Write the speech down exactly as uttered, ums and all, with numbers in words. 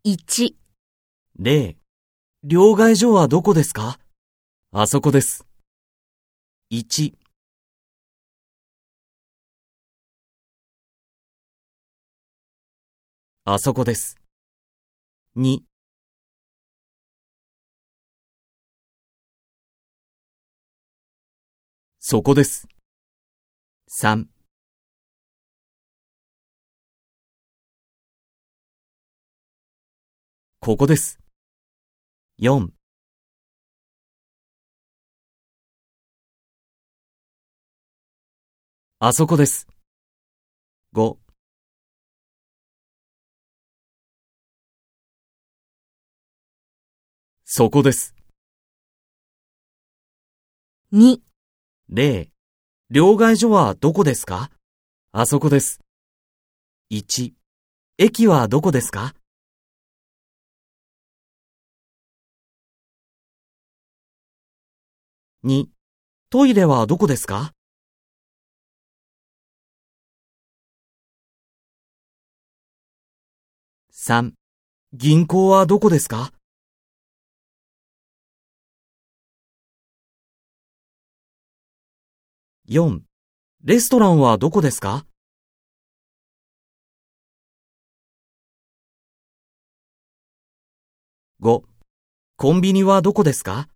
いち、 れい、両替所はどこですか？あそこです。いち、あそこです。に、そこです。さん、ここです。よん、あそこです。ご、そこです。 に、 れい、両替所はどこですか？あそこです。いち、駅はどこですか？に、トイレはどこですか？さん、銀行はどこですか？よん、レストランはどこですか？ご、コンビニはどこですか？